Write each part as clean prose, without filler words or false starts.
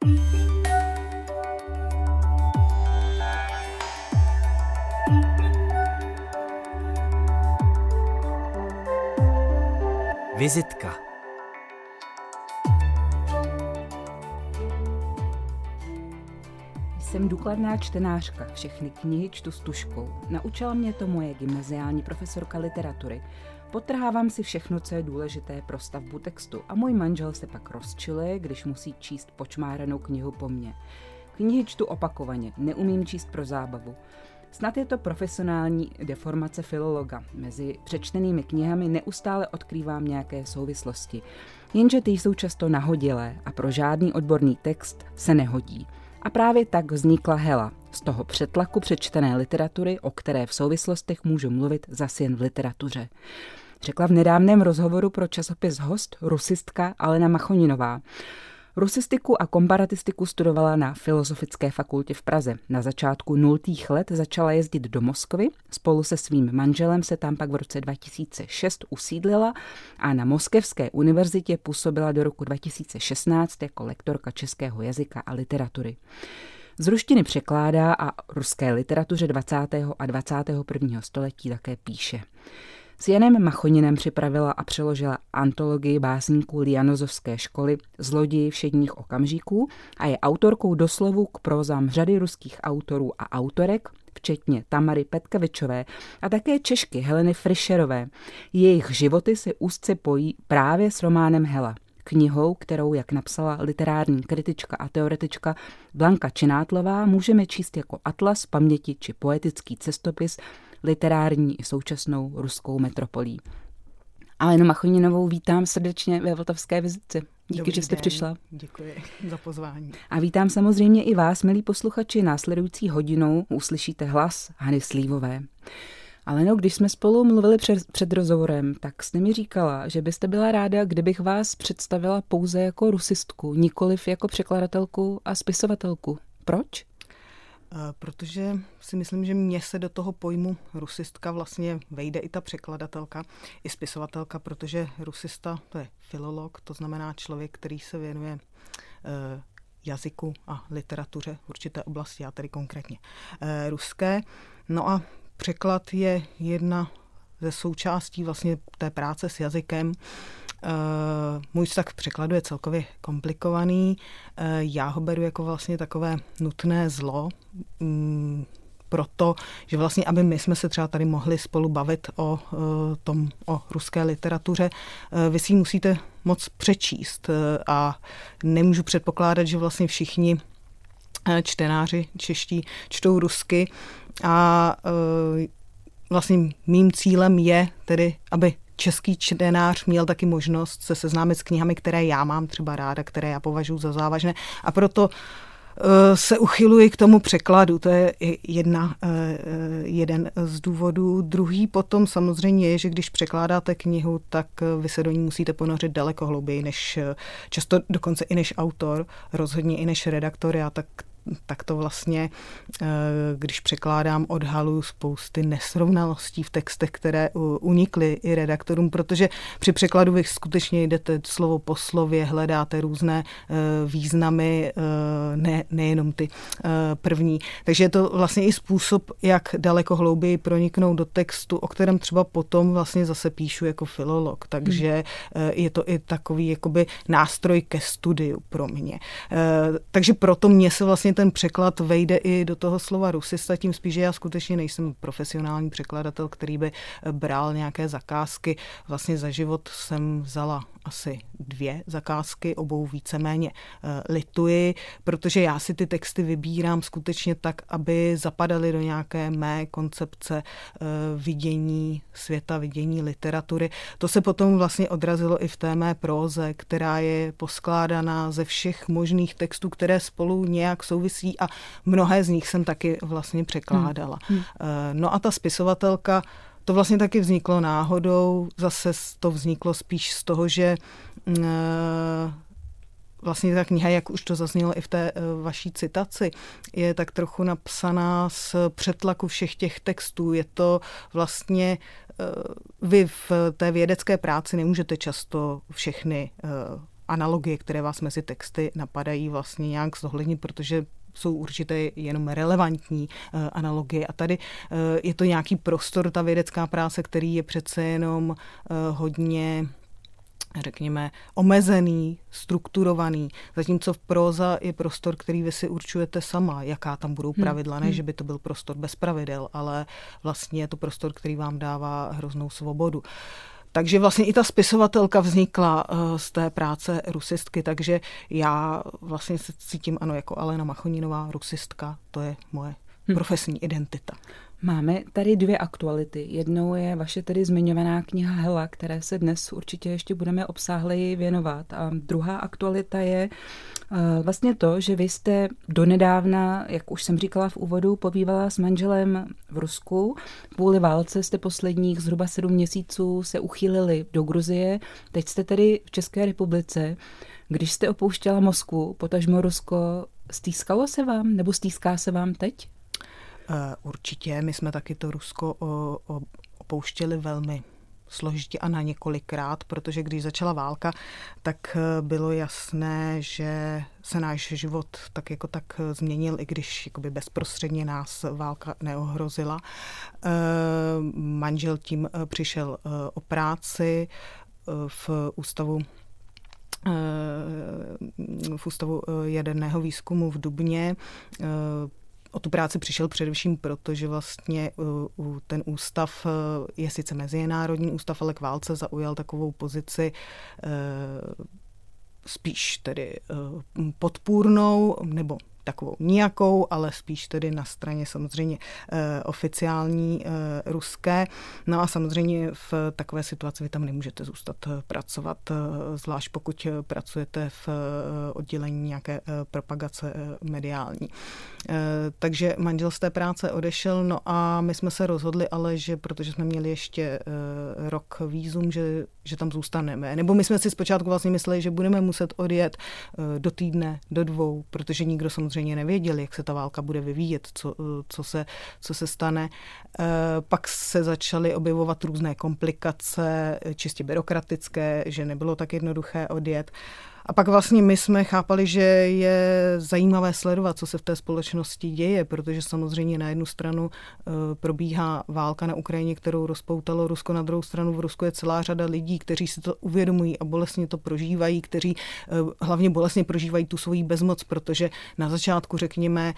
Vizitka. Jsem důkladná čtenářka, všechny knihy čtu s tužkou. Naučila mě to moje gymnaziální profesorka literatury. Podtrhávám si všechno, co je důležité pro stavbu textu a můj manžel se pak rozčiluje, když musí číst počmáranou knihu po mně. Knihy čtu opakovaně, neumím číst pro zábavu. Snad je to profesionální deformace filologa. Mezi přečtenými knihami neustále odkrývám nějaké souvislosti. Jenže ty jsou často nahodilé a pro žádný odborný text se nehodí. A právě tak vznikla Hela, z toho přetlaku přečtené literatury, o které v souvislostech můžu mluvit zas jen v literatuře. Řekla v nedávném rozhovoru pro časopis Host rusistka Alena Machoninová. Rusistiku a komparatistiku studovala na Filozofické fakultě v Praze. Na začátku 0. let začala jezdit do Moskvy, spolu se svým manželem se tam pak v roce 2006 usídlila a na Moskevské univerzitě působila do roku 2016 jako lektorka českého jazyka a literatury. Z ruštiny překládá a ruské literatuře 20. a 21. století také píše. S Janem Machoninem připravila a přeložila antologii básníků Lianozovské školy Zloději všedních okamžiků a je autorkou doslovu k prózám řady ruských autorů a autorek, včetně Tamary Petkevičové a také Češky Heleny Frischerové. Jejich životy se úzce pojí právě s románem Hela, knihou, kterou, jak napsala literární kritička a teoretička Blanka Činátlová, můžeme číst jako atlas paměti či poetický cestopis literární i současnou ruskou metropolí. Alenu Machoninovou vítám srdečně ve Vltavské vizitce. Díky, že jste přišla. Děkuji za pozvání. A vítám samozřejmě i vás, milí posluchači. Následující hodinou uslyšíte hlas Hany Slívové. Aleno, když jsme spolu mluvili před rozhovorem, tak jste mi říkala, že byste byla ráda, kdybych vás představila pouze jako rusistku, nikoliv jako překladatelku a spisovatelku. Proč? Protože si myslím, že mně se do toho pojmu rusistka vlastně vejde i ta překladatelka, i spisovatelka, protože rusista to je filolog, to znamená člověk, který se věnuje jazyku a literatuře v určité oblasti, já tedy konkrétně ruské. No a překlad je jedna ze součástí vlastně té práce s jazykem. Můj vztah k překladu je celkově komplikovaný. Já ho beru jako vlastně takové nutné zlo, proto, že vlastně, aby my jsme se třeba tady mohli spolu bavit o ruské literatuře, vy si ji musíte moc přečíst a nemůžu předpokládat, že vlastně všichni čtenáři čeští čtou rusky a vlastně mým cílem je tedy, aby český čtenář měl taky možnost se seznámit s knihami, které já mám třeba ráda, které já považuji za závažné a proto se uchyluji k tomu překladu. To je jeden z důvodů. Druhý potom samozřejmě je, že když překládáte knihu, tak vy se do ní musíte ponořit daleko hlouběji, než často dokonce i než autor, rozhodně i než redaktor. Já tak to vlastně, když překládám, odhaluju spousty nesrovnalostí v textech, které unikly i redaktorům, protože při překladu vy skutečně jdete slovo po slově, hledáte různé významy, nejenom ty první. Takže je to vlastně i způsob, jak daleko hlouběji proniknout do textu, o kterém třeba potom vlastně zase píšu jako filolog. Takže je to i takový jakoby nástroj ke studiu pro mě. Takže proto mě se vlastně ten překlad vejde i do toho slova rusista, tím spíš, že já skutečně nejsem profesionální překladatel, který by bral nějaké zakázky. Vlastně za život jsem vzala asi 2 zakázky, obou víceméně lituji, protože já si ty texty vybírám skutečně tak, aby zapadaly do nějaké mé koncepce vidění světa, vidění literatury. To se potom vlastně odrazilo i v té mé próze, která je poskládaná ze všech možných textů, které spolu nějak souvisí a mnohé z nich jsem taky vlastně překládala. No a ta spisovatelka, to vlastně taky vzniklo náhodou, zase to vzniklo spíš z toho, že vlastně ta kniha, jak už to zaznělo i v té vaší citaci, je tak trochu napsaná z přetlaku všech těch textů. Je to vlastně, vy v té vědecké práci nemůžete často všechny analogie, které vás mezi texty napadají, vlastně nějak zohlednit, protože jsou určité jenom relevantní analogie. A tady je to nějaký prostor, ta vědecká práce, který je přece jenom hodně, řekněme, omezený, strukturovaný. Zatímco v próza je prostor, který vy si určujete sama, jaká tam budou pravidla. Ne, že by to byl prostor bez pravidel, ale vlastně je to prostor, který vám dává hroznou svobodu. Takže vlastně i ta spisovatelka vznikla z té práce rusistky, takže já vlastně se cítím, ano, jako Alena Machoninová, rusistka, to je moje profesní identita. Máme tady dvě aktuality. Jednou je vaše tedy zmiňovaná kniha Hela, které se dnes určitě ještě budeme obsáhleji věnovat. A druhá aktualita je vlastně to, že vy jste donedávna, jak už jsem říkala v úvodu, pobývala s manželem v Rusku. Kvůli válce jste posledních zhruba 7 měsíců se uchýlili do Gruzie. Teď jste tedy v České republice. Když jste opouštěla Moskvu, potažmo Rusko, stýskalo se vám nebo stýská se vám teď? Určitě, my jsme taky to Rusko opouštěli velmi složitě a na několikrát, protože když začala válka, tak bylo jasné, že se náš život tak jako tak změnil, i když jakoby bezprostředně nás válka neohrozila. Manžel tím přišel o práci v ústavu jaderného výzkumu v Dubně. O tu práci přišel především proto, že vlastně ten ústav je sice mezinárodní ústav, ale k válce zaujal takovou pozici spíš tedy podpůrnou, nebo takovou nijakou, ale spíš tedy na straně samozřejmě oficiální ruské. No a samozřejmě v takové situaci vy tam nemůžete zůstat pracovat, zvlášť pokud pracujete v oddělení nějaké propagace mediální. Takže manžel z té práce odešel, no a my jsme se rozhodli, ale že protože jsme měli ještě rok vízum, že tam zůstaneme. Nebo my jsme si zpočátku vlastně mysleli, že budeme muset odjet do týdne, do 2, protože nikdo samozřejmě nevěděl, jak se ta válka bude vyvíjet, co se stane. Pak se začaly objevovat různé komplikace, čistě byrokratické, že nebylo tak jednoduché odjet. A pak vlastně my jsme chápali, že je zajímavé sledovat, co se v té společnosti děje, protože samozřejmě na jednu stranu probíhá válka na Ukrajině, kterou rozpoutalo Rusko, na druhou stranu v Rusku je celá řada lidí, kteří si to uvědomují a bolestně to prožívají, kteří hlavně bolestně prožívají tu svoji bezmoc, protože na začátku, řekněme,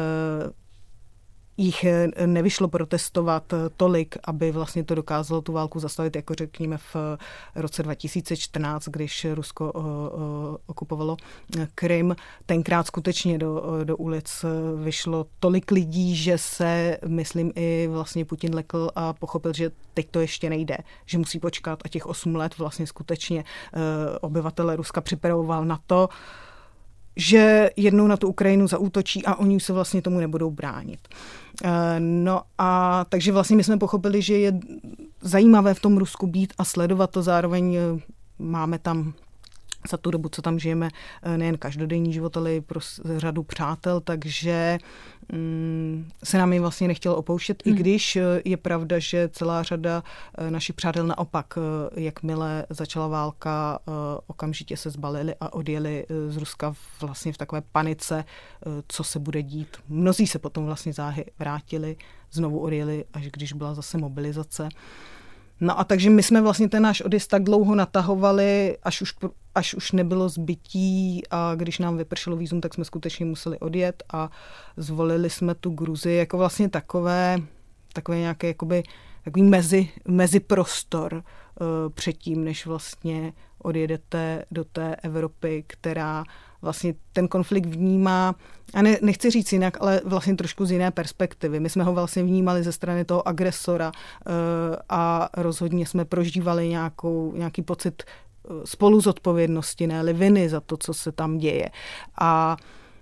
jich nevyšlo protestovat tolik, aby vlastně to dokázalo tu válku zastavit, jako řekněme v roce 2014, když Rusko okupovalo Krym. Tenkrát skutečně do ulic vyšlo tolik lidí, že se, myslím, i vlastně Putin lekl a pochopil, že teď to ještě nejde, že musí počkat a těch 8 let vlastně skutečně obyvatele Ruska připravoval na to, že jednou na tu Ukrajinu zaútočí a oni se vlastně tomu nebudou bránit. No a takže vlastně my jsme pochopili, že je zajímavé v tom Rusku být a sledovat to, zároveň máme tam za tu dobu, co tam žijeme, nejen každodenní život, ale i pro řadu přátel, takže se nám ji vlastně nechtělo opouštět, i když je pravda, že celá řada našich přátel naopak, jakmile začala válka, okamžitě se zbalili a odjeli z Ruska vlastně v takové panice, co se bude dít. Mnozí se potom vlastně záhy vrátili, znovu odjeli, až když byla zase mobilizace. No a takže my jsme vlastně ten náš odjezd tak dlouho natahovali, až už nebylo zbytí a když nám vypršelo vízum, tak jsme skutečně museli odjet a zvolili jsme tu Gruzii jako vlastně takové nějaké jakoby, takový meziprostor předtím, než vlastně odjedete do té Evropy, která vlastně ten konflikt vnímá, a nechci říct jinak, ale vlastně trošku z jiné perspektivy. My jsme ho vlastně vnímali ze strany toho agresora a rozhodně jsme prožívali nějaký pocit spoluzodpovědnosti, ne-li viny za to, co se tam děje. A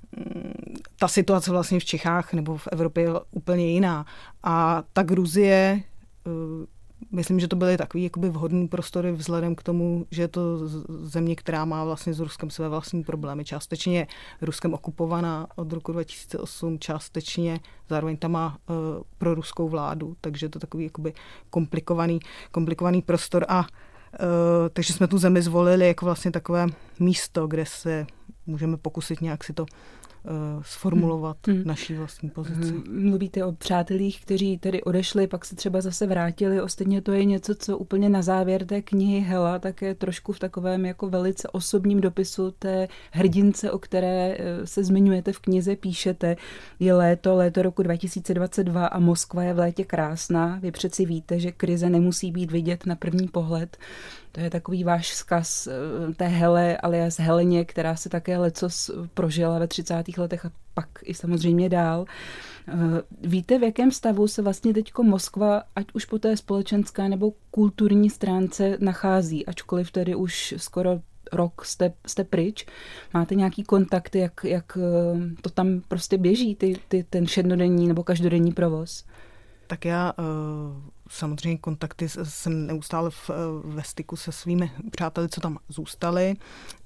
ta situace vlastně v Čechách nebo v Evropě je úplně jiná. A ta Gruzie, myslím, že to byly takový jakoby vhodný prostory vzhledem k tomu, že je to země, která má vlastně s Ruskem své vlastní problémy. Částečně je Ruskem okupovaná od roku 2008, částečně zároveň tam má pro ruskou vládu, takže to je takový jakoby komplikovaný prostor a Takže jsme tu zemi zvolili jako vlastně takové místo, kde se můžeme pokusit nějak si to sformulovat naší vlastní pozici. Mluvíte o přátelích, kteří tedy odešli, pak se třeba zase vrátili. Ostatně to je něco, co úplně na závěr té knihy Hela také trošku v takovém jako velice osobním dopisu té hrdince, o které se zmiňujete v knize, píšete. Je léto roku 2022 a Moskva je v létě krásná. Vy přeci víte, že krize nemusí být vidět na první pohled. To je takový váš vzkaz té Hele alias Heleně, která se také lecos prožila ve 30. letech a pak i samozřejmě dál. Víte, v jakém stavu se vlastně teďko Moskva, ať už po té společenské nebo kulturní stránce nachází, ačkoliv tedy už skoro rok jste pryč. Máte nějaký kontakt, jak to tam prostě běží, ten všednodenní nebo každodenní provoz? Tak já samozřejmě kontakty jsem neustále ve styku se svými přáteli, co tam zůstali.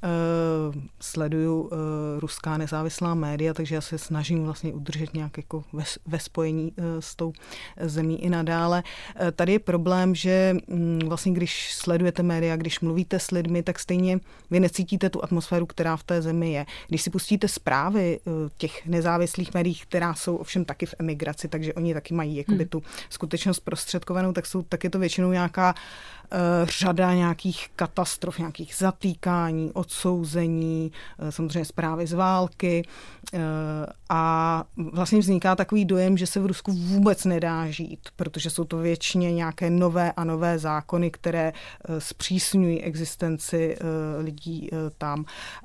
Sleduju ruská nezávislá média, takže já se snažím vlastně udržet nějak jako ve spojení s tou zemí i nadále. Tady je problém, že vlastně když sledujete média, když mluvíte s lidmi, tak stejně vy necítíte tu atmosféru, která v té zemi je. Když si pustíte zprávy těch nezávislých médií, která jsou ovšem taky v emigraci, takže oni taky mají jakoby tu skutečnost prostředkovanou, tak je to většinou nějaká řada nějakých katastrof, nějakých zatýkání, odsouzení, samozřejmě zprávy z války a vlastně vzniká takový dojem, že se v Rusku vůbec nedá žít, protože jsou to většině nějaké nové a nové zákony, které zpřísňují existenci lidí tam.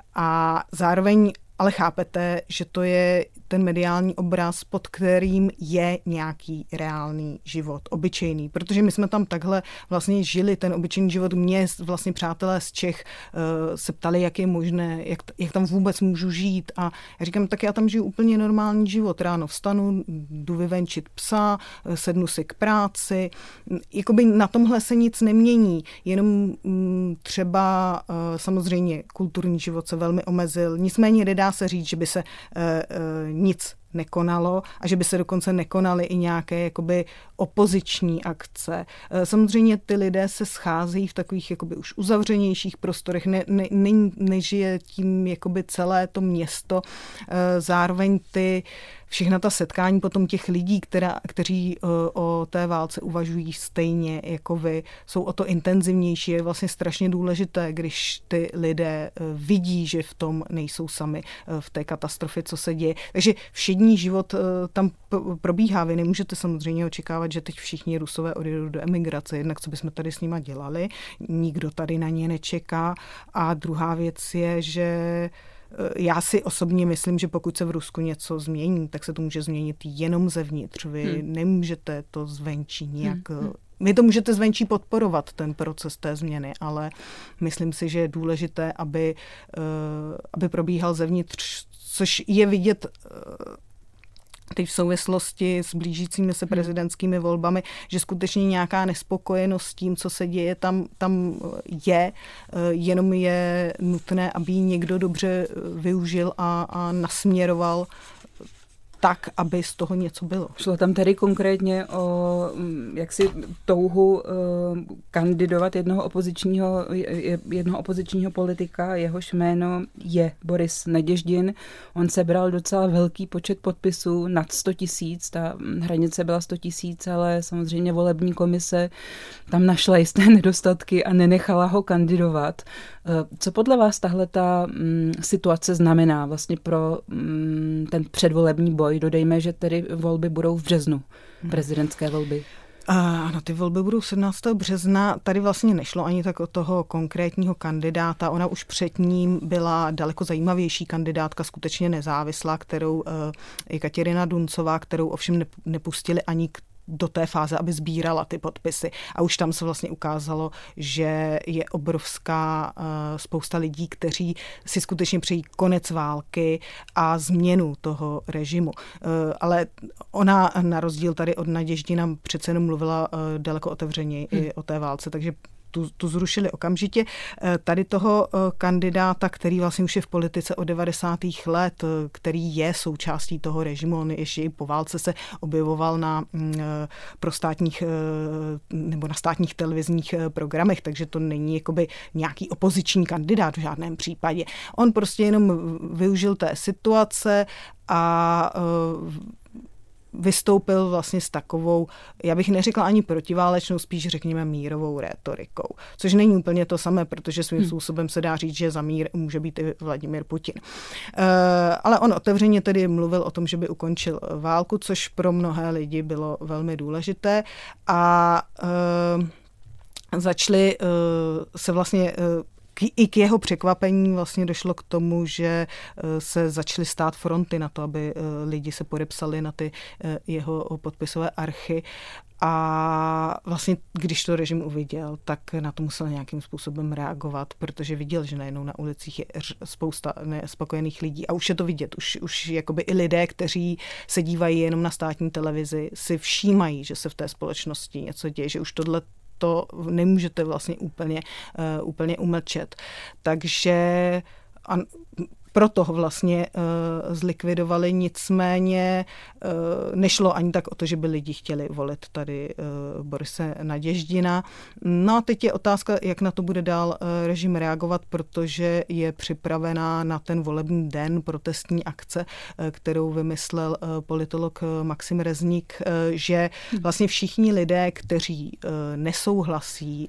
A zároveň ale chápete, že to je ten mediální obraz, pod kterým je nějaký reálný život, obyčejný. Protože my jsme tam takhle vlastně žili ten obyčejný život. Mě vlastně přátelé z Čech se ptali, jak je možné, jak tam vůbec můžu žít. A já říkám, tak já tam žiju úplně normální život. Ráno vstanu, jdu vyvenčit psa, sednu si k práci. Jakoby na tomhle se nic nemění. Jenom třeba samozřejmě kulturní život se velmi omezil. Nicméně nedá se říct, že by se nic nekonalo a že by se dokonce nekonaly i nějaké jakoby opoziční akce. Samozřejmě ty lidé se scházejí v takových jakoby už uzavřenějších prostorech, nežije tím jakoby celé to město. Zároveň všechna ta setkání potom těch lidí, kteří o té válce uvažují stejně jako vy, jsou o to intenzivnější. Je vlastně strašně důležité, když ty lidé vidí, že v tom nejsou sami, v té katastrofě, co se děje. Takže všední život tam probíhá. Vy nemůžete samozřejmě očekávat, že teď všichni Rusové odjedou do emigrace. Jednak co bychom tady s nima dělali, nikdo tady na ně nečeká. A druhá věc je, že já si osobně myslím, že pokud se v Rusku něco změní, tak se to může změnit jenom zevnitř. Vy nemůžete to zvenčí nějak... Vy to můžete zvenčí podporovat, ten proces té změny, ale myslím si, že je důležité, aby probíhal zevnitř, což je vidět teď v souvislosti s blížícími se prezidentskými volbami, že skutečně nějaká nespokojenost s tím, co se děje, tam je, jenom je nutné, aby ji někdo dobře využil a nasměroval tak, aby z toho něco bylo. Šlo tam tedy konkrétně o jaksi touhu kandidovat jednoho opozičního politika, jehož jméno je Boris Naděždin. On sebral docela velký počet podpisů, nad 100 000, ta hranice byla 100 000, ale samozřejmě volební komise tam našla jisté nedostatky a nenechala ho kandidovat. Co podle vás tahleta situace znamená vlastně pro ten předvolební boj? Dodejme, že tedy volby budou v březnu, prezidentské volby. Ano, ty volby budou 17. března. Tady vlastně nešlo ani tak o toho konkrétního kandidáta. Ona už před ním byla daleko zajímavější kandidátka, skutečně nezávislá, kterou Kateřina Duncová, kterou ovšem nepustili ani do té fáze, aby sbírala ty podpisy. A už tam se vlastně ukázalo, že je obrovská spousta lidí, kteří si skutečně přejí konec války a změnu toho režimu. Ale ona na rozdíl tady od Naděždina přece jenom mluvila daleko otevřeněji i o té válce, takže tu zrušili okamžitě. Tady toho kandidáta, který vlastně už je v politice od 90. let, který je součástí toho režimu, on ještě i po válce se objevoval na prostátních nebo na státních televizních programech, takže to není jakoby nějaký opoziční kandidát v žádném případě. On prostě jenom využil té situace a vystoupil vlastně s takovou, já bych neřekla ani protiválečnou, spíš řekněme mírovou rétorikou. Což není úplně to samé, protože svým způsobem se dá říct, že za mír může být i Vladimír Putin. Ale on otevřeně tedy mluvil o tom, že by ukončil válku, což pro mnohé lidi bylo velmi důležité a začali se vlastně i k jeho překvapení vlastně došlo k tomu, že se začaly stát fronty na to, aby lidi se podepsali na ty jeho podpisové archy. A vlastně, když to režim uviděl, tak na to musel nějakým způsobem reagovat, protože viděl, že najednou na ulicích je spousta nespokojených lidí. A už je to vidět. Už jakoby i lidé, kteří se dívají jenom na státní televizi, si všímají, že se v té společnosti něco děje, že už tohle to nemůžete vlastně úplně umlčet. Takže proto ho vlastně zlikvidovali, nicméně nešlo ani tak o to, že by lidi chtěli volit tady Borise Naděždina. No a teď je otázka, jak na to bude dál režim reagovat, protože je připravená na ten volební den protestní akce, kterou vymyslel politolog Maxim Rezník, že vlastně všichni lidé, kteří nesouhlasí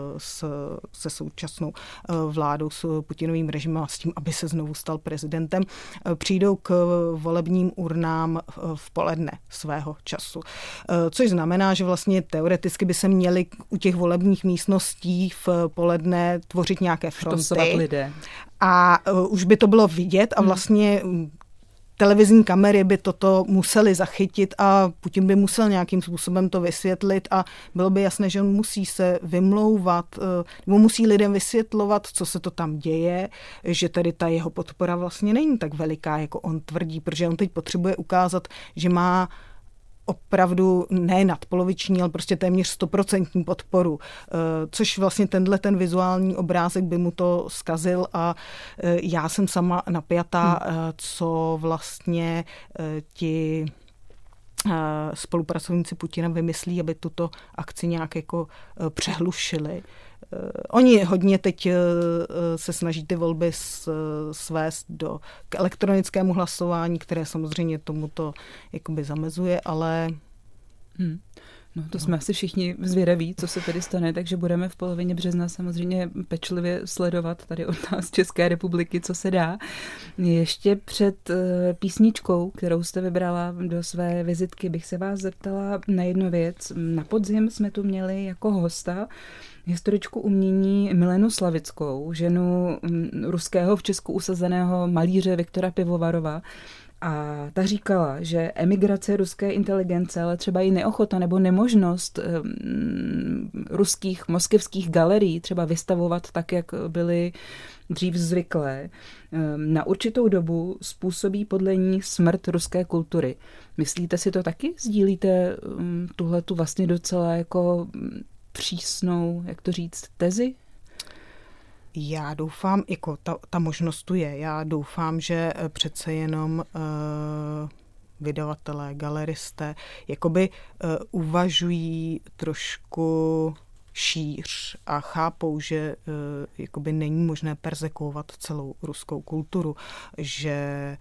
se současnou vládou, s Putinovým režimem a s tím, aby se znovu stal prezidentem, přijdou k volebním urnám v poledne svého času. Což znamená, že vlastně teoreticky by se měli u těch volebních místností v poledne tvořit nějaké fronty. Lidé. A už by to bylo vidět a vlastně televizní kamery by toto museli zachytit a Putin by musel nějakým způsobem to vysvětlit a bylo by jasné, že on musí se vymlouvat, nebo musí lidem vysvětlovat, co se to tam děje, že tedy ta jeho podpora vlastně není tak veliká, jako on tvrdí, protože on teď potřebuje ukázat, že má opravdu ne nadpoloviční, ale prostě téměř 100% podporu, což vlastně ten vizuální obrázek by mu to zkazil a já jsem sama napjatá, co vlastně ti spolupracovníci Putina vymyslí, aby tuto akci nějak jako přehlušili. Oni hodně teď se snaží ty volby svést k elektronickému hlasování, které samozřejmě tomuto jakoby zamezuje, ale... No, to jsme asi všichni zvědaví, co se tedy stane, takže budeme v polovině března samozřejmě pečlivě sledovat tady od nás z České republiky, co se dá. Ještě před písničkou, kterou jste vybrala do své vizitky, bych se vás zeptala na jednu věc. Na podzim jsme tu měli jako hosta historičku umění Milenu Slavickou, ženu ruského v Česku usazeného malíře Viktora Pivovarova. A ta říkala, že emigrace ruské inteligence, ale třeba i neochota nebo nemožnost ruských moskevských galerií třeba vystavovat tak, jak byly dřív zvyklé, na určitou dobu způsobí podle ní smrt ruské kultury. Myslíte si to taky? Sdílíte tuhletu vlastně docela jako přísnou, jak to říct, tezi? Já doufám, jako ta možnost tu je. Já doufám, že přece jenom vydavatelé, galeristé jakoby uvažují trošku šíř a chápou, že jakoby není možné perzekvovat celou ruskou kulturu, že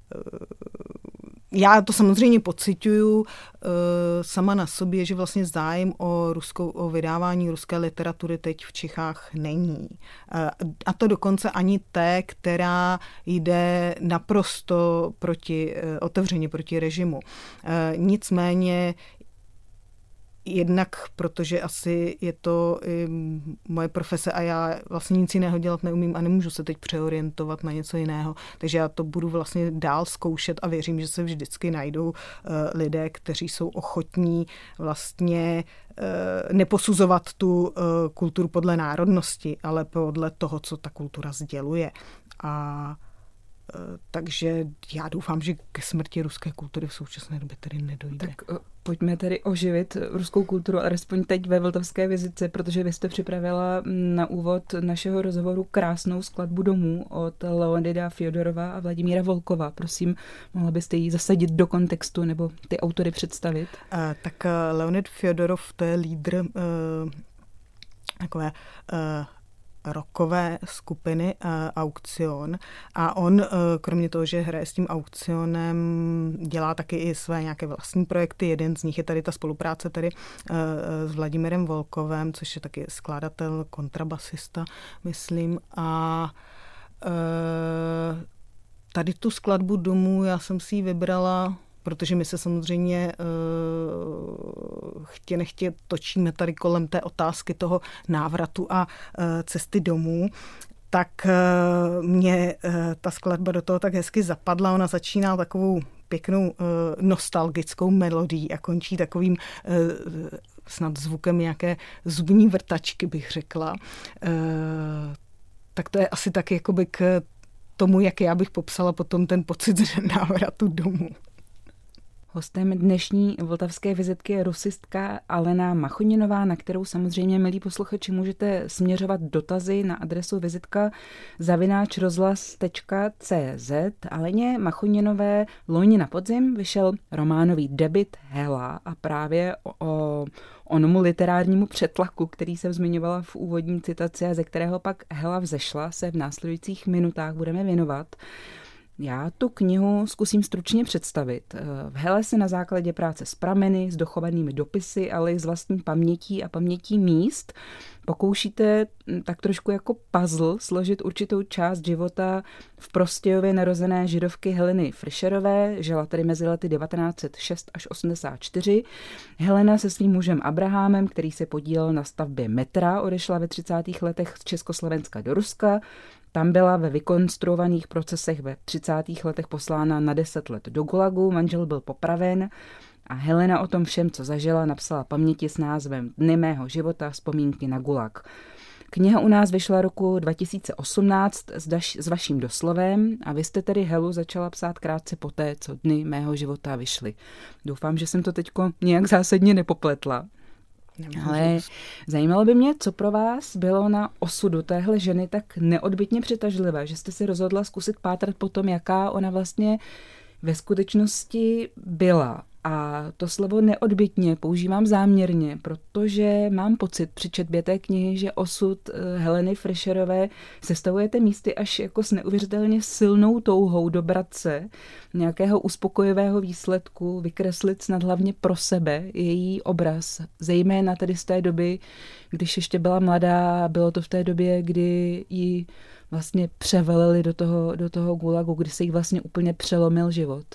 já to samozřejmě pociťuju sama na sobě, že vlastně zájem o vydávání ruské literatury teď v Čechách není. A to dokonce ani té, která jde naprosto otevřeně proti režimu. Nicméně jednak, protože asi je to moje profese a já vlastně nic jiného dělat neumím a nemůžu se teď přeorientovat na něco jiného. Takže já to budu vlastně dál zkoušet a věřím, že se vždycky najdou lidé, kteří jsou ochotní vlastně neposuzovat tu kulturu podle národnosti, ale podle toho, co ta kultura sděluje. A Takže já doufám, že ke smrti ruské kultury v současné době tedy nedojde. Tak pojďme tedy oživit ruskou kulturu, alespoň teď ve Vltavské vizitce, protože vy jste připravila na úvod našeho rozhovoru krásnou skladbu domů od Leonida Fjodorova a Vladimíra Volkova. Prosím, mohla byste ji zasadit do kontextu nebo ty autory představit? Tak Leonid Fjodorov, to je lídr takové rockové skupiny Aukcion a on kromě toho, že hraje s tím Aukcionem, dělá taky i své nějaké vlastní projekty. Jeden z nich je tady ta spolupráce tady s Vladimírem Volkovem, což je taky skladatel, kontrabasista, myslím. A tady tu skladbu domů já jsem si ji vybrala, protože my se samozřejmě chtě nechtě točíme tady kolem té otázky toho návratu a cesty domů, tak mě ta skladba do toho tak hezky zapadla. Ona začíná takovou pěknou nostalgickou melodií a končí takovým snad zvukem nějaké zubní vrtačky, bych řekla. Tak to je asi tak jakoby k tomu, jak já bych popsala potom ten pocit návratu domů. Hostem dnešní vltavské vizitky je rusistka Alena Machoninová, na kterou samozřejmě, milí posluchači, můžete směřovat dotazy na adresu vizitka@rozhlas.cz. Aleně Machoninové loni na podzim vyšel románový debut Hela a právě o onomu literárnímu přetlaku, který jsem zmiňovala v úvodní citaci a ze kterého pak Hela vzešla, se v následujících minutách budeme věnovat. Já tu knihu zkusím stručně představit. V Hele se na základě práce s prameny, s dochovanými dopisy, ale i s vlastní pamětí a pamětí míst pokoušíte tak trošku jako puzzle složit určitou část života v Prostějově narozené židovky Heleny Fischerové, žila tedy mezi lety 1906 až 1984. Helena se svým mužem Abrahamem, který se podílel na stavbě metra, odešla ve 30. letech z Československa do Ruska. Tam byla ve vykonstruovaných procesech ve 30. letech poslána na 10 let do Gulagu, manžel byl popraven a Helena o tom všem, co zažila, napsala paměti s názvem Dny mého života, vzpomínky na Gulag. Kniha u nás vyšla roku 2018 s vaším doslovem a vy jste tedy Helu začala psát krátce poté, co Dny mého života vyšly. Doufám, že jsem to teďko nějak zásadně nepopletla. Ale zajímalo by mě, co pro vás bylo na osudu téhle ženy tak neodbytně přitažlivé, že jste si rozhodla zkusit pátrat po tom, jaká ona vlastně ve skutečnosti byla. A to slovo neodbytně používám záměrně, protože mám pocit při četbě té knihy, že osud Heleny Fischerové sestavujete místy až jako s neuvěřitelně silnou touhou dobrat se nějakého uspokojivého výsledku, vykreslit snad hlavně pro sebe její obraz. Zejména tedy z té doby, když ještě byla mladá, bylo to v té době, kdy ji vlastně převelili do toho gulagu, kdy se jí vlastně úplně přelomil život.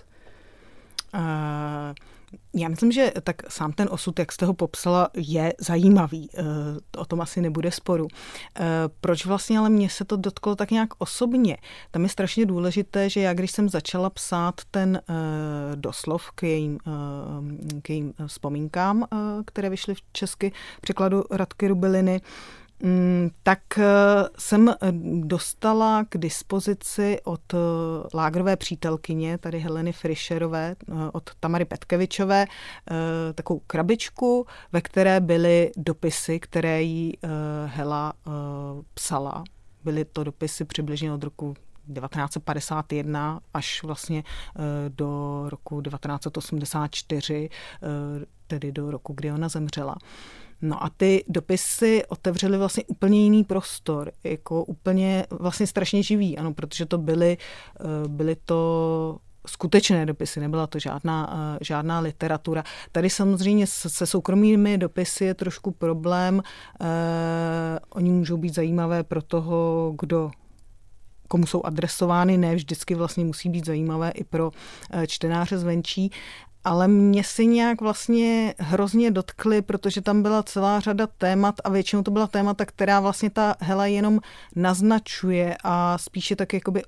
Já myslím, že tak sám ten osud, jak jste ho popsala, je zajímavý. O tom asi nebude sporu. Proč vlastně ale mě se to dotklo tak nějak osobně? Tam je strašně důležité, že já, když jsem začala psát ten doslov k jejím vzpomínkám, které vyšly v česky v překladu Radky Rubeliny, tak jsem dostala k dispozici od lágrové přítelkyně, tady Heleny Fischerové, od Tamary Petkevičové, takovou krabičku, ve které byly dopisy, které jí Hela psala. Byly to dopisy přibližně od roku 1951 až vlastně do roku 1984, tedy do roku, kdy ona zemřela. No a ty dopisy otevřely vlastně úplně jiný prostor, jako úplně vlastně strašně živý, ano, protože to byly to skutečné dopisy, nebyla to žádná literatura. Tady samozřejmě se soukromými dopisy je trošku problém, oni můžou být zajímavé pro toho, komu jsou adresovány, ne vždycky vlastně musí být zajímavé i pro čtenáře zvenčí, ale mě si nějak vlastně hrozně dotkly, protože tam byla celá řada témat a většinou to byla témata, která vlastně ta Hela jenom naznačuje a spíše tak jakoby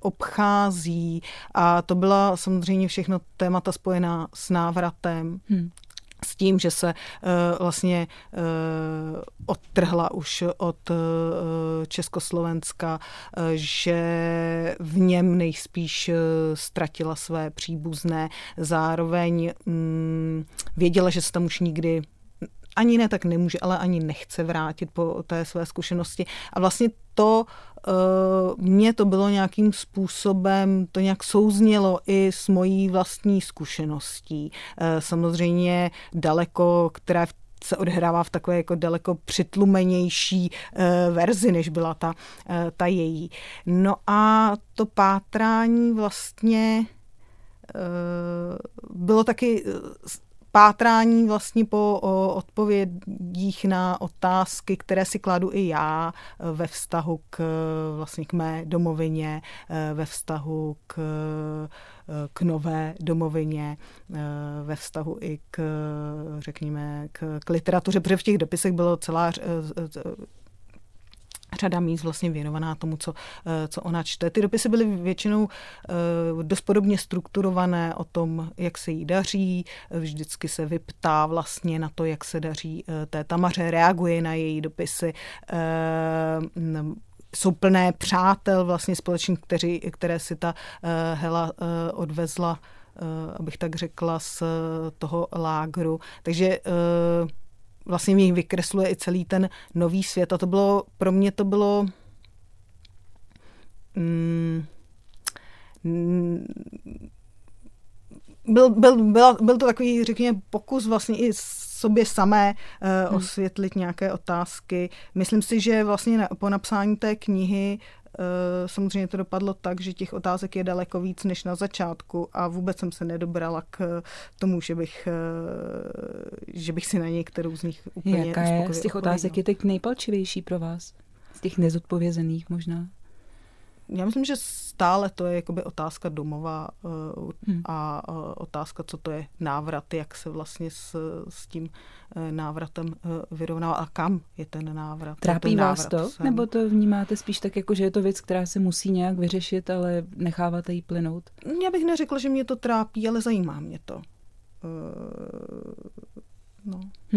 obchází a to byla samozřejmě všechno témata spojená s návratem, s tím, že se vlastně odtrhla už od Československa, že v něm nejspíš ztratila své příbuzné. Zároveň věděla, že se tam už nikdy ani ne tak nemůže, ale ani nechce vrátit po té své zkušenosti. A vlastně mně to bylo nějakým způsobem, to nějak souznělo i s mojí vlastní zkušeností. Samozřejmě daleko, která se odehrává v takové jako daleko přitlumenější verzi, než byla ta její. No a to pátrání vlastně bylo taky pátrání vlastně po odpovědích na otázky, které si kladu i já ve vztahu k mé domovině, ve vztahu k nové domovině, ve vztahu i řekněme, k literatuře, protože v těch dopisech bylo celá řada míst vlastně věnovaná tomu, co ona čte. Ty dopisy byly většinou dost podobně strukturované o tom, jak se jí daří. Vždycky se vyptá vlastně na to, jak se daří té Tamaře, reaguje na její dopisy. Jsou plné přátel vlastně společných, které si ta Hela odvezla, abych tak řekla, z toho lágru. Takže vlastně mi vykresluje i celý ten nový svět. A to bylo, pro mě to bylo byl to takový, řekněme, pokus vlastně i sobě samé osvětlit nějaké otázky. Myslím si, že vlastně po napsání té knihy samozřejmě to dopadlo tak, že těch otázek je daleko víc než na začátku a vůbec jsem se nedobrala k tomu, že bych si na některou z nich úplně Jaká je z těch otázek je teď nejpalčivější pro vás? Z těch nezodpovězených možná? Já myslím, že stále to je jakoby otázka domova a otázka, co to je návrat, jak se vlastně s tím návratem vyrovná a kam je ten návrat. Trápí vás to? Nebo to vnímáte spíš tak, jako že je to věc, která se musí nějak vyřešit, ale necháváte jí plynout? Já bych neřekla, že mě to trápí, ale zajímá mě to. No.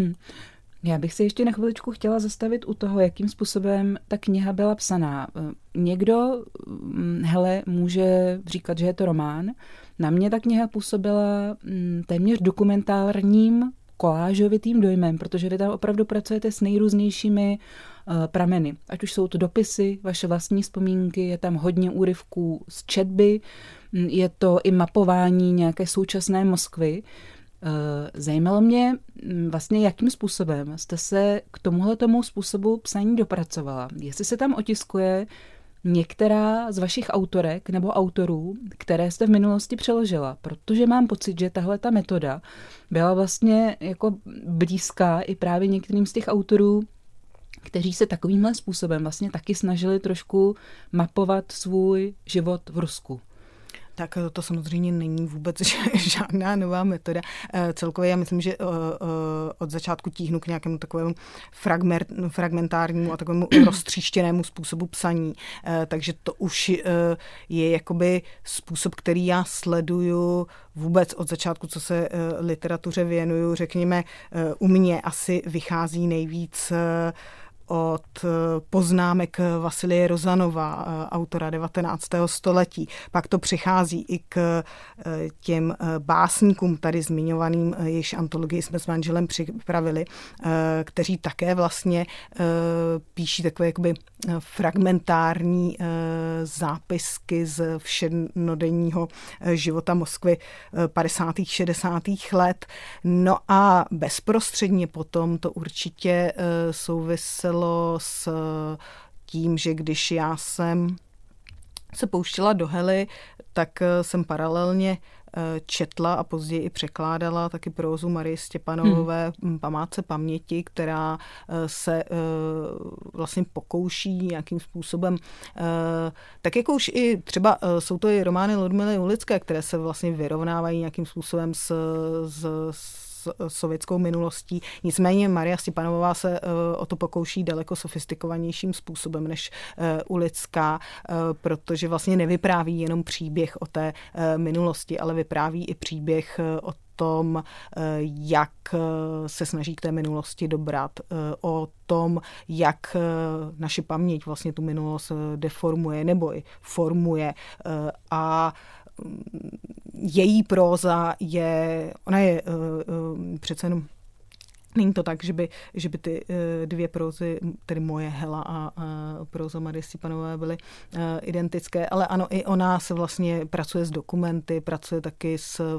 Já bych se ještě na chviličku chtěla zastavit u toho, jakým způsobem ta kniha byla psaná. Někdo, hele, může říkat, že je to román. Na mě ta kniha působila téměř dokumentárním, kolážovitým dojmem, protože vy tam opravdu pracujete s nejrůznějšími prameny. Ať už jsou to dopisy, vaše vlastní vzpomínky, je tam hodně úryvků z četby, je to i mapování nějaké současné Moskvy. Zajímalo mě vlastně, jakým způsobem jste se k tomuhletomu způsobu psaní dopracovala. Jestli se tam otiskuje některá z vašich autorek nebo autorů, které jste v minulosti přeložila, protože mám pocit, že tahle ta metoda byla vlastně jako blízká i právě některým z těch autorů, kteří se takovýmhle způsobem vlastně taky snažili trošku mapovat svůj život v Rusku. Tak to samozřejmě není vůbec žádná nová metoda. Celkově já myslím, že od začátku tíhnu k nějakému takovému fragmentárnímu a takovému roztříštěnému způsobu psaní. Takže to už je jakoby způsob, který já sleduju vůbec od začátku, co se literatuře věnuju. Řekněme, u mě asi vychází nejvíc od poznámek Vasilie Rozanova, autora 19. století. Pak to přichází i k těm básníkům, tady zmiňovaným, jejichž antologii jsme s manželem připravili, kteří také vlastně píší takové jakoby fragmentární zápisky z všednodenního života Moskvy 50. 60. let. No a bezprostředně potom to určitě souviselo s tím, že když já jsem se pouštěla do Hely, tak jsem paralelně četla a později i překládala taky prózu Marie Stěpanovové Památce paměti, která se vlastně pokouší nějakým způsobem, tak jako už i třeba jsou to i romány Ludmily Ulické, které se vlastně vyrovnávají nějakým způsobem s sovětskou minulostí. Nicméně Maria Stěpanová se o to pokouší daleko sofistikovanějším způsobem než Ulická, protože vlastně nevypráví jenom příběh o té minulosti, ale vypráví i příběh o tom, jak se snaží k té minulosti dobrat, o tom, jak naše paměť vlastně tu minulost deformuje nebo i formuje. A její próza ona je přece jenom, není to tak, že by ty dvě prózy, tedy moje Hela a próza Marie Stěpanové byly identické, ale ano, i ona se vlastně pracuje s dokumenty, pracuje taky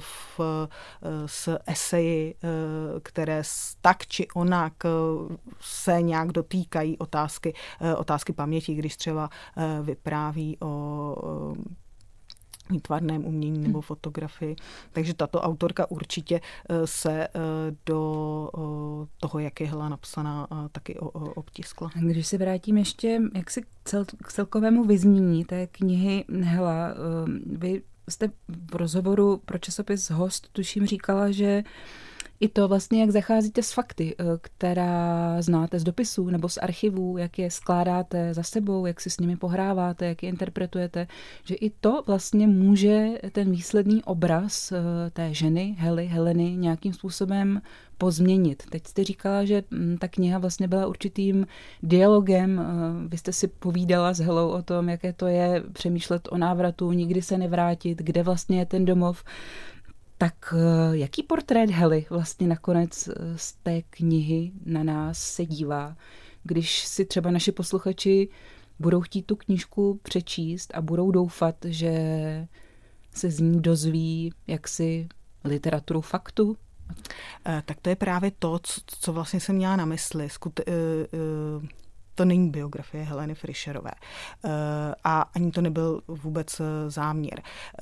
s eseji, které tak či onak se nějak dotýkají otázky paměti, když třeba vypráví o výtvarném umění nebo fotografii. Takže tato autorka určitě se do toho, jak je Hela napsaná, taky obtiskla. Když se vrátím ještě jaksi k celkovému vyznění té knihy Hela, vy jste v rozhovoru pro časopis Host tuším říkala, že i to vlastně, jak zacházíte s fakty, která znáte z dopisů nebo z archivů, jak je skládáte za sebou, jak si s nimi pohráváte, jak je interpretujete, že i to vlastně může ten výsledný obraz té ženy, Heleny, nějakým způsobem pozměnit. Teď jste říkala, že ta kniha vlastně byla určitým dialogem. Vy jste si povídala s Helou o tom, jaké to je přemýšlet o návratu, nikdy se nevrátit, kde vlastně je ten domov. Tak jaký portrét Hely vlastně nakonec z té knihy na nás se dívá, když si třeba naši posluchači budou chtít tu knížku přečíst a budou doufat, že se z ní dozví jaksi literaturu faktu? Tak to je právě to, co vlastně jsem měla na mysli. To není biografie Heleny Fischerové. A ani to nebyl vůbec záměr.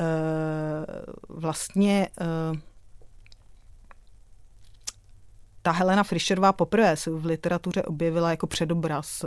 Vlastně ta Helena Fischerová poprvé se v literatuře objevila jako předobraz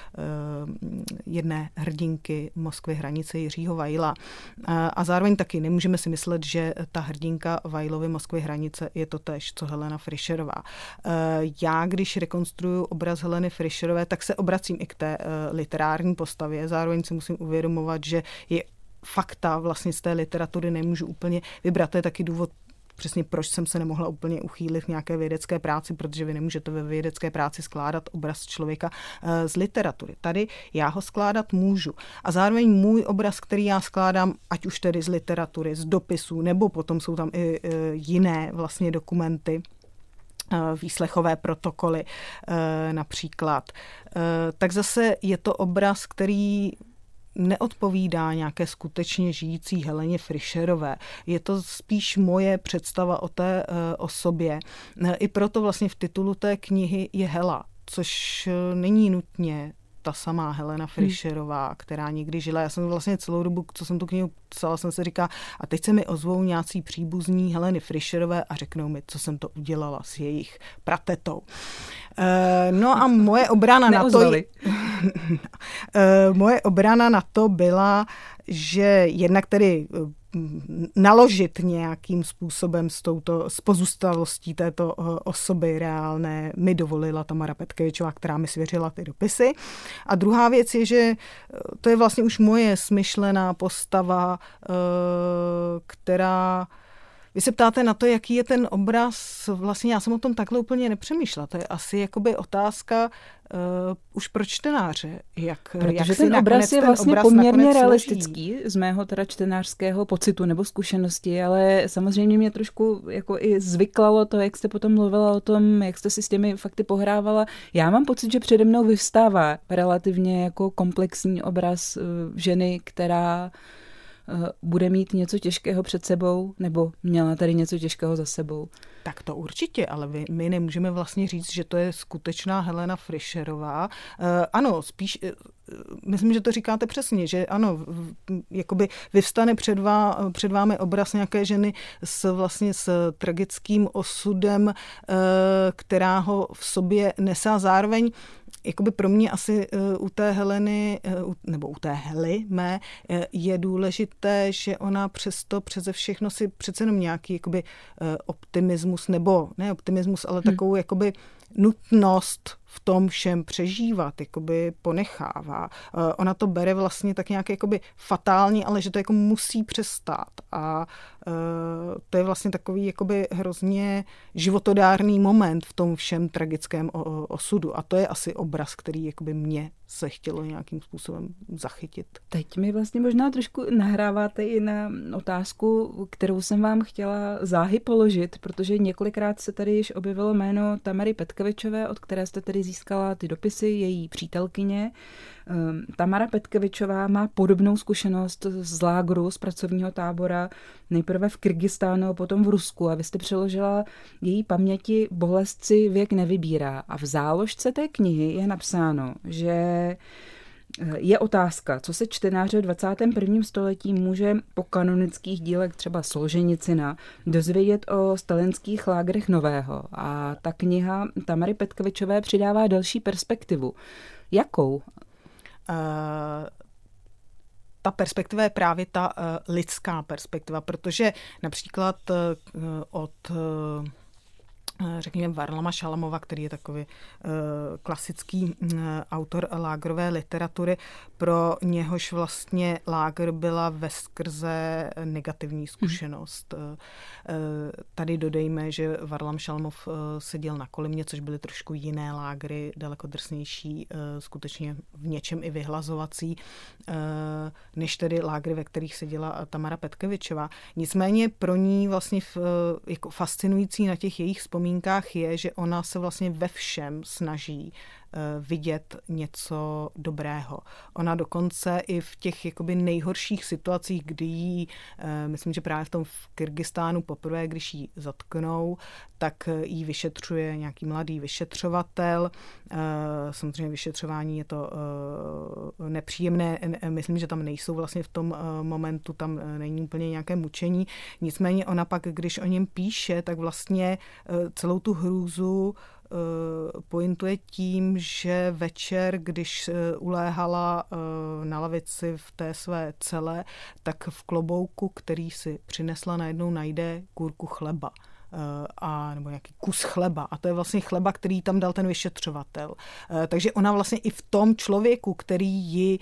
jedné hrdinky Moskvy hranice Jiřího Weila. A zároveň taky nemůžeme si myslet, že ta hrdinka Weilovy Moskvy hranice je to též, co Helena Fischerová. Já, když rekonstruju obraz Heleny Fischerové, tak se obracím i k té literární postavě. Zároveň si musím uvědomovat, že je fakta vlastně z té literatury nemůžu úplně vybrat. To je taky důvod, přesně proč jsem se nemohla úplně uchýlit k nějaké vědecké práci, protože vy nemůžete ve vědecké práci skládat obraz člověka z literatury. Tady já ho skládat můžu. A zároveň můj obraz, který já skládám, ať už tedy z literatury, z dopisů, nebo potom jsou tam i jiné vlastně dokumenty, výslechové protokoly například, tak zase je to obraz, který neodpovídá nějaké skutečně žijící Heleně Fischerové. Je to spíš moje představa o té osobě. I proto vlastně v titulu té knihy je Hela, což není nutně ta samá Helena Fischerová, která někdy žila. Já jsem vlastně celou dobu, co jsem tu knihu psala, jsem se říkala, a teď se mi ozvou nějací příbuzní Heleny Fischerové a řeknou mi, co jsem to udělala s jejich pratetou. No a moje obrana na to byla, že jednak tedy naložit nějakým způsobem s pozůstalostí této osoby reálné mi dovolila Tamara Petkevičová, která mi svěřila ty dopisy. A druhá věc je, že to je vlastně už moje smyšlená postava, která... Vy se ptáte na to, jaký je ten obraz, vlastně já jsem o tom takhle úplně nepřemýšlela. To je asi jakoby otázka už pro čtenáře. Protože ten obraz je vlastně poměrně realistický z mého teda čtenářského pocitu nebo zkušenosti, ale samozřejmě mě trošku jako i zvyklalo to, jak jste potom mluvila o tom, jak jste si s těmi fakty pohrávala. Já mám pocit, že přede mnou vyvstává relativně jako komplexní obraz ženy, která bude mít něco těžkého před sebou, nebo měla tady něco těžkého za sebou. Tak to určitě, ale my nemůžeme vlastně říct, že to je skutečná Helena Fischerová. Ano, spíš, myslím, že to říkáte přesně, že ano, jakoby vyvstane před vámi obraz nějaké ženy vlastně s tragickým osudem, která ho v sobě nese a zároveň jakoby pro mě asi u té Heleny, nebo u té Hely mé, je důležité, že ona přeze všechno si přece jenom nějaký jakoby optimismus, nebo ne optimismus, ale takovou jakoby nutnost v tom všem přežívat, jakoby ponechává. Ona to bere vlastně tak nějak jakoby fatálně, ale že to jako musí přestát. A to je vlastně takový jakoby hrozně životodárný moment v tom všem tragickém osudu. A to je asi obraz, který jakoby mě se chtělo nějakým způsobem zachytit. Teď mi vlastně možná trošku nahráváte i na otázku, kterou jsem vám chtěla záhy položit, protože několikrát se tady již objevilo jméno Tamary Petkevičové, od které jste tedy získala ty dopisy, její přítelkyně. Tamara Petkevičová má podobnou zkušenost z lágru, z pracovního tábora, nejprve v Kyrgyzstánu, potom v Rusku. A vy jste přeložila její paměti Bolest si věk nevybírá. A v záložce té knihy je napsáno, že je otázka, co se čtenáře v 21. století může po kanonických dílech třeba Solženicina dozvědět o stalinských lágrech nového. A ta kniha Tamary Petkevičové přidává další perspektivu. Jakou? Ta perspektiva je právě ta lidská perspektiva, protože například od řekněme Varlama Šalamova, který je takový klasický autor lágrové literatury, pro něhož vlastně lágr byla veskrze negativní zkušenost. Tady dodejme, že Varlam Šalamov seděl na Kolymě, což byly trošku jiné lágry, daleko drsnější, skutečně v něčem i vyhlazovací, než tedy lágry, ve kterých seděla Tamara Petkevičová. Nicméně pro ní vlastně jako fascinující na těch jejich vzpomínkách je, že ona se vlastně ve všem snaží vidět něco dobrého. Ona dokonce i v těch jakoby nejhorších situacích, kdy jí, myslím, že právě v tom Kyrgyzstánu poprvé, když jí zatknou, tak jí vyšetřuje nějaký mladý vyšetřovatel. Samozřejmě vyšetřování je to nepříjemné. Myslím, že tam nejsou vlastně v tom momentu, tam není úplně nějaké mučení. Nicméně ona pak, když o něm píše, tak vlastně celou tu hrůzu pointuje tím, že večer, když uléhala na lavici v té své cele, tak v klobouku, který si přinesla, najednou najde kůrku chleba. Nebo nějaký kus chleba. A to je vlastně chleba, který tam dal ten vyšetřovatel. Takže ona vlastně i v tom člověku, který ji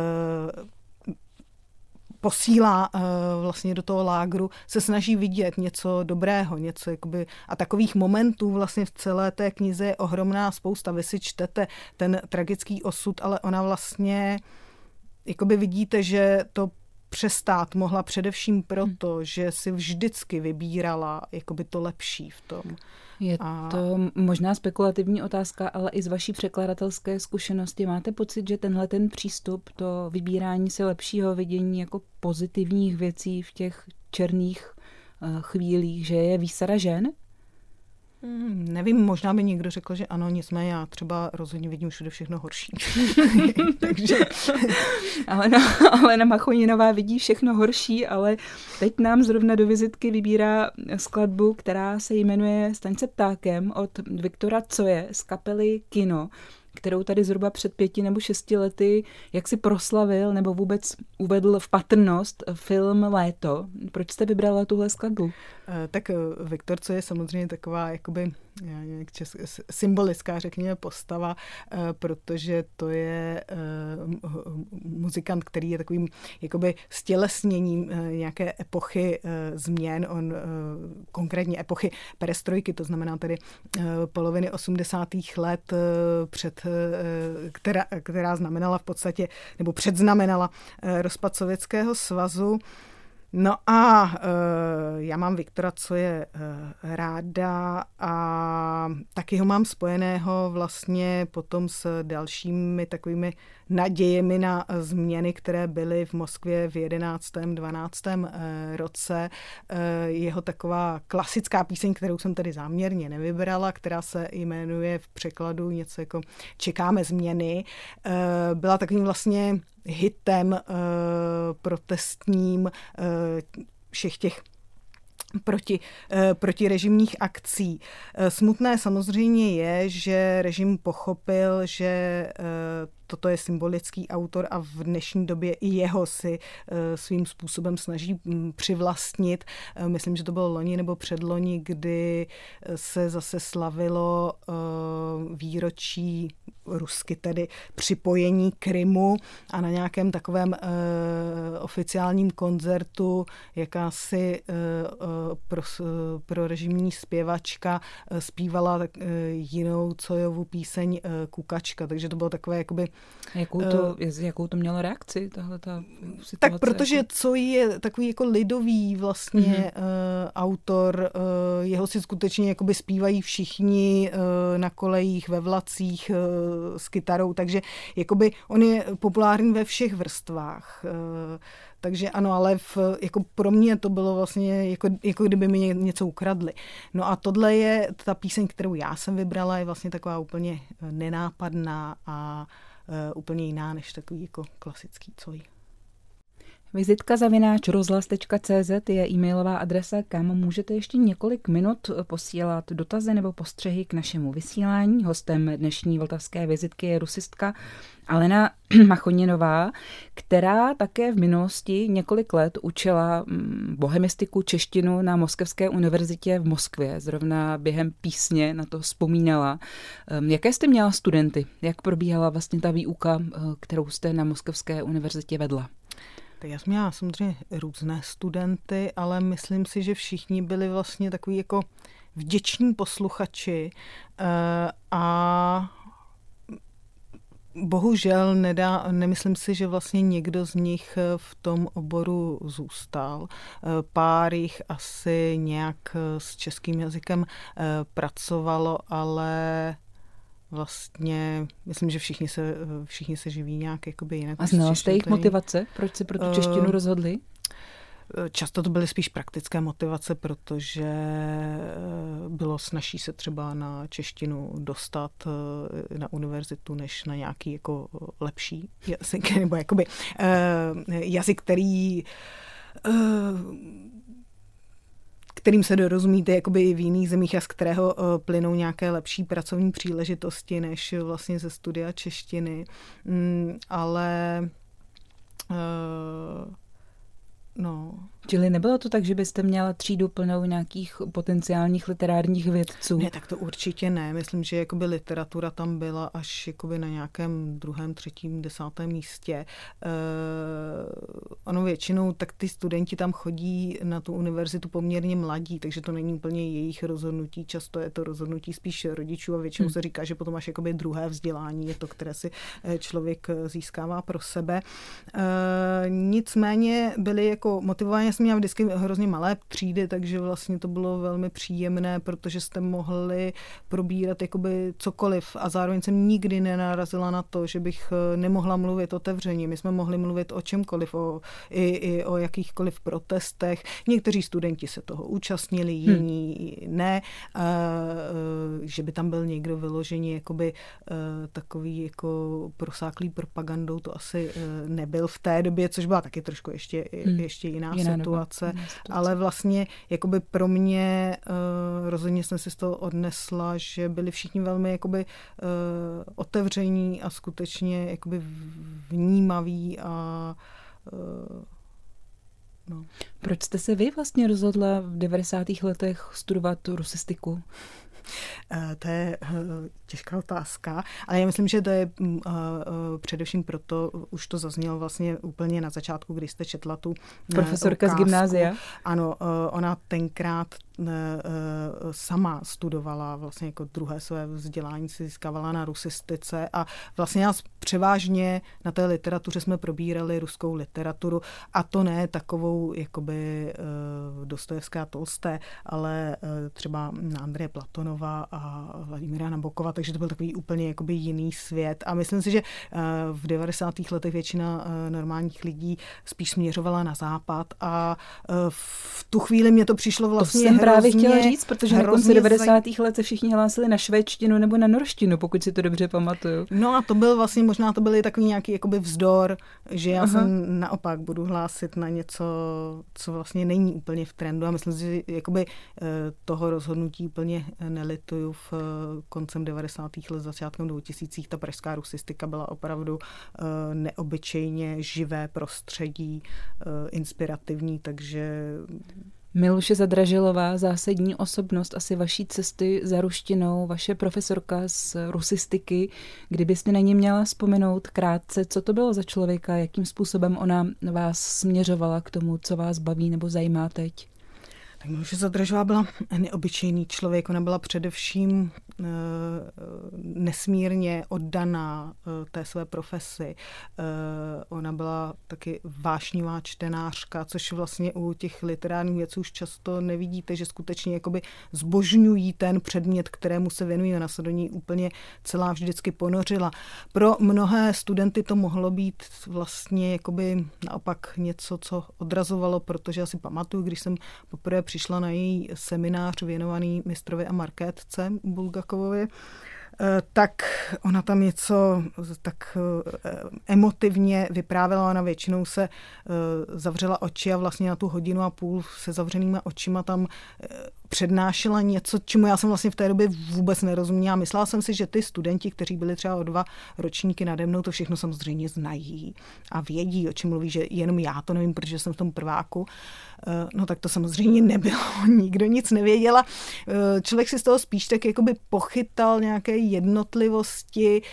posílá vlastně do toho lágru, se snaží vidět něco dobrého, něco jakoby, a takových momentů vlastně v celé té knize je ohromná spousta. Vy si čtete ten tragický osud, ale ona vlastně jakoby vidíte, že to přestát mohla především proto, že si vždycky vybírala jakoby to lepší v tom. Je to možná spekulativní otázka, ale i z vaší překladatelské zkušenosti máte pocit, že tenhle ten přístup, to vybírání si lepšího vidění jako pozitivních věcí v těch černých chvílích, že je výsada žen? Nevím, možná by někdo řekl, že ano, nicméně já třeba rozhodně vidím všude všechno horší. Takže... Alena Machoninová vidí všechno horší, ale teď nám zrovna do vizitky vybírá skladbu, která se jmenuje Staň se ptákem od Viktora Coje z kapely Kino, kterou tady zhruba před 5 nebo 6 lety jak si proslavil nebo vůbec uvedl v patrnost film Léto. Proč jste vybrala tuhle skladbu? Tak Viktor Coj je samozřejmě taková jakoby symbolická, řekněme, postava, protože to je muzikant, který je takovým jakoby stělesněním nějaké epochy změn, on konkrétně epochy perestrojky, to znamená tedy poloviny 80. let, která znamenala v podstatě, nebo předznamenala rozpad Sovětského svazu. No a já mám Viktora Coje ráda a taky ho mám spojeného vlastně potom s dalšími takovými nadějemi na změny, které byly v Moskvě v 11. 12. roce. Jeho taková klasická píseň, kterou jsem tedy záměrně nevybrala, která se jmenuje v překladu něco jako Čekáme změny, byla takovým vlastně hitem protestním všech těch protirežimních akcí. Smutné samozřejmě je, že režim pochopil, že toto je symbolický autor a v dnešní době i jeho si svým způsobem snaží přivlastnit. Myslím, že to bylo loni nebo předloni, kdy se zase slavilo výročí rusky tedy připojení Krymu a na nějakém takovém oficiálním koncertu jakási pro režimní zpěvačka zpívala jinou Cojovu píseň Kukačka, takže to bylo takové jakoby... Jakou to mělo reakci, tahleta situace? Tak protože Coj je takový jako lidový vlastně autor, jeho si skutečně jakoby zpívají všichni na kolejích, ve vlacích s kytarou, takže jakoby on je populární ve všech vrstvách. Takže ano, ale jako pro mě to bylo vlastně jako kdyby mi něco ukradli. No a tohle je ta píseň, kterou já jsem vybrala, je vlastně taková úplně nenápadná a úplně jiná než takový jako klasický Coj. Vizitka@rozhlas.cz je e-mailová adresa, kam můžete ještě několik minut posílat dotazy nebo postřehy k našemu vysílání. Hostem dnešní vltavské vizitky je rusistka Alena Machoninová, která také v minulosti několik let učila bohemistiku, češtinu na Moskevské univerzitě v Moskvě. Zrovna během písně na to vzpomínala. Jaké jste měla studenty? Jak probíhala vlastně ta výuka, kterou jste na Moskevské univerzitě vedla? Tak já jsem měla samozřejmě různé studenty, ale myslím si, že všichni byli vlastně takový jako vděční posluchači a bohužel nemyslím si, že vlastně někdo z nich v tom oboru zůstal. Pár jich asi nějak s českým jazykem pracovalo, ale vlastně myslím, že všichni se živí nějak jakoby jinak. A znala jste jejich motivace? Proč se pro tu češtinu rozhodli? Často to byly spíš praktické motivace, protože bylo snazší se třeba na češtinu dostat na univerzitu, než na nějaký jako lepší jazyk, nebo jakoby jazyk, kterým se dorozumíte jakoby i v jiných zemích a z kterého plynou nějaké lepší pracovní příležitosti, než vlastně ze studia češtiny. Ale no. Čili nebylo to tak, že byste měla třídu plnou nějakých potenciálních literárních vědců? Ne, tak to určitě ne. Myslím, že jakoby literatura tam byla až jakoby na nějakém 2., 3., 10. místě. Ono většinou, tak ty studenti tam chodí na tu univerzitu poměrně mladí, takže to není úplně jejich rozhodnutí. Často je to rozhodnutí spíš rodičů a většinou se říká, že potom až jakoby druhé vzdělání je to, které si člověk získává pro sebe. Nicméně byli jako motivovaní. Já jsem měla vždycky hrozně malé třídy, takže vlastně to bylo velmi příjemné, protože jste mohli probírat jakoby cokoliv a zároveň jsem nikdy nenarazila na to, že bych nemohla mluvit otevřeně. My jsme mohli mluvit o čemkoliv, i o jakýchkoliv protestech. Někteří studenti se toho účastnili, jiní ne. Že by tam byl někdo vyložený jakoby takový jako prosáklý propagandou, to asi nebyl v té době, což byla taky trošku ještě jiná situace. Ale vlastně jakoby pro mě rozhodně jsem si z toho odnesla, že byli všichni velmi jakoby otevření a skutečně jakoby vnímaví a no. Proč jste se vy vlastně rozhodla v 90. letech studovat rusistiku? To je těžká otázka, ale já myslím, že to je především proto, už to zaznělo vlastně úplně na začátku, kdy jste četla tu profesorka ukázku. Z gymnázia. Ano, ona tenkrát sama studovala, vlastně jako druhé své vzdělání si získávala na rusistice a vlastně nás převážně na té literatuře jsme probírali ruskou literaturu a to ne takovou jakoby Dostojevská, Tolsté, ale třeba Andreje Platonova a Vladimíra Nabokova, takže to byl takový úplně jakoby jiný svět a myslím si, že v 90. letech většina normálních lidlidí spíš směřovala na západ a v tu chvíli mě to přišlo vlastně právě chtěla říct, protože na konci 90. let se všichni hlásili na švédštinu nebo na norštinu, pokud si to dobře pamatuju. No a to byl vlastně, možná to byly takový nějaký jakoby vzdor, že já jsem naopak budu hlásit na něco, co vlastně není úplně v trendu a myslím si, že jakoby toho rozhodnutí úplně nelituju. V koncem 90. let, začátkem 2000. ta pražská rusistika byla opravdu neobyčejně živé prostředí, inspirativní, takže... Miluše Zadražilová, zásadní osobnost asi vaší cesty za ruštinou, vaše profesorka z rusistiky. Kdybyste na ní měla vzpomenout krátce, co to bylo za člověka, jakým způsobem ona vás směřovala k tomu, co vás baví nebo zajímá teď? Tak Miluše Zadražilová byla neobyčejný člověk, ona byla především nesmírně oddaná té své profesi. Ona byla taky vášnivá čtenářka, což vlastně u těch literárních věců už často nevidíte, že skutečně jakoby zbožňují ten předmět, kterému se věnují. Ona se do ní úplně celá vždycky ponořila. Pro mnohé studenty to mohlo být vlastně jakoby naopak něco, co odrazovalo, protože asi pamatuju, když jsem poprvé přišla na její seminář věnovaný mistrovi a markétce Bulgakovovi, tak ona tam něco tak emotivně vyprávěla. Ona většinou se zavřela oči a vlastně na tu hodinu a půl se zavřenýma očima tam přednášela něco, čemu já jsem vlastně v té době vůbec nerozuměla. Myslela jsem si, že ty studenti, kteří byli třeba o 2 ročníky nade mnou, to všechno samozřejmě znají a vědí, o čem mluví, že jenom já to nevím, protože jsem v tom prváku. No tak to samozřejmě nebylo, nikdo nic nevěděla. Člověk si z toho spíš tak jakoby pochytal nějaké jednotlivosti,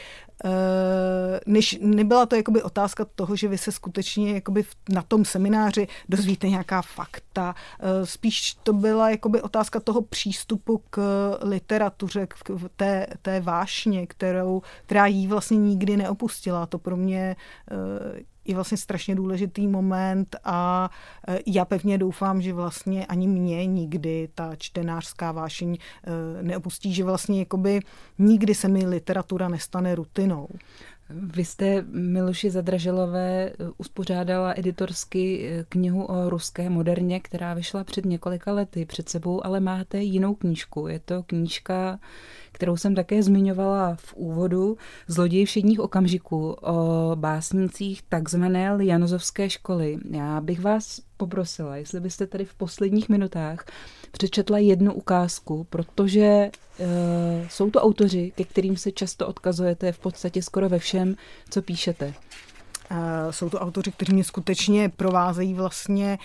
než nebyla to jakoby otázka toho, že vy se skutečně jakoby na tom semináři dozvíte nějaká fakta. Spíš to byla jakoby otázka toho přístupu k literatuře, k té vášně, která jí vlastně nikdy neopustila. To pro mě je vlastně strašně důležitý moment a já pevně doufám, že vlastně ani mě nikdy ta čtenářská vášeň neopustí, že vlastně jakoby nikdy se mi literatura nestane rutinou. Vy jste Miluši Zadražilové uspořádala editorsky knihu o ruské moderně, která vyšla před několika lety. Před sebou ale máte jinou knížku. Je to knížka, kterou jsem také zmiňovala v úvodu, Zloděj všedních okamžiků, o básnících takzvané Lianozovské školy. Já bych vás poprosila, jestli byste tady v posledních minutách přečetla jednu ukázku, protože jsou to autoři, ke kterým se často odkazujete v podstatě skoro ve všem, co píšete. Jsou to autoři, kteří mě skutečně provázejí vlastně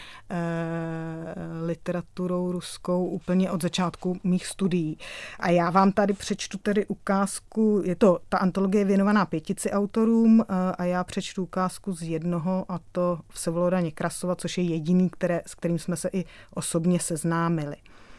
literaturou ruskou úplně od začátku mých studií. A já vám tady přečtu tedy ukázku, je to ta antologie věnovaná 5 autorům a já přečtu ukázku z jednoho, a to Vsevoloda Někrasova, což je jediný, s kterým jsme se i osobně seznámili.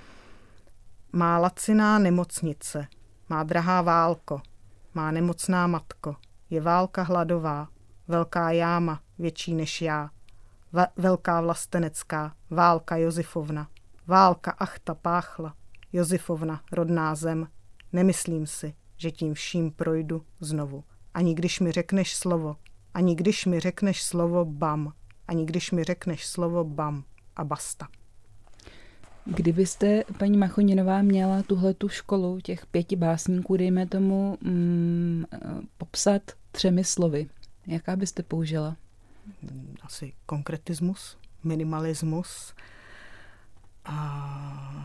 Má laciná nemocnice, má drahá válko, má nemocná matko, je válka hladová, velká jáma, větší než já, velká vlastenecká, válka Josifovna, válka achta páchla, Josifovna, rodná zem, nemyslím si, že tím vším projdu znovu. Ani když mi řekneš slovo, ani když mi řekneš slovo bam, ani když mi řekneš slovo bam a basta. Kdybyste, paní Machoninová, měla tuhletu školu těch 5 básníků, dejme tomu, popsat 3 slovy, jaká byste použila? Asi konkretismus, minimalismus a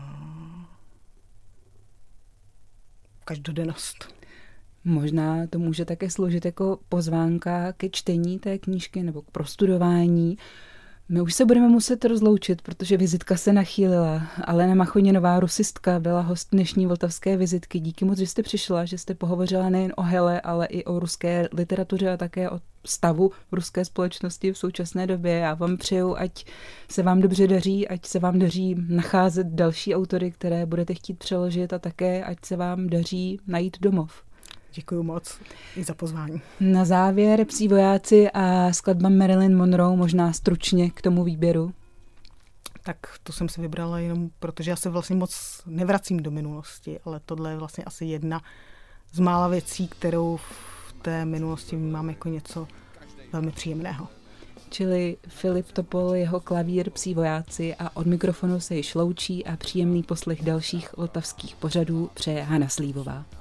každodennost. Možná to může také sloužit jako pozvánka ke čtení té knížky nebo k prostudování. My už se budeme muset rozloučit, protože vizitka se nachýlila. Alena Machoninová, rusistka, byla host dnešní Vltavské vizitky. Díky moc, že jste přišla, že jste pohovořila nejen o Hele, ale i o ruské literatuře a také o stavu v ruské společnosti v současné době. Já vám přeju, ať se vám dobře daří, ať se vám daří nacházet další autory, které budete chtít přeložit, a také ať se vám daří najít domov. Děkuji moc i za pozvání. Na závěr Psí vojáci a skladba Marilyn Monroe, možná stručně k tomu výběru. Tak to jsem si vybrala jenom, protože já se vlastně moc nevracím do minulosti, ale tohle je vlastně asi jedna z mála věcí, kterou v té minulosti vnímám jako něco velmi příjemného. čili Filip Topol, jeho klavír, Psí vojáci, a od mikrofonu se již loučí a příjemný poslech dalších vltavských pořadů přeje Hana Slívová.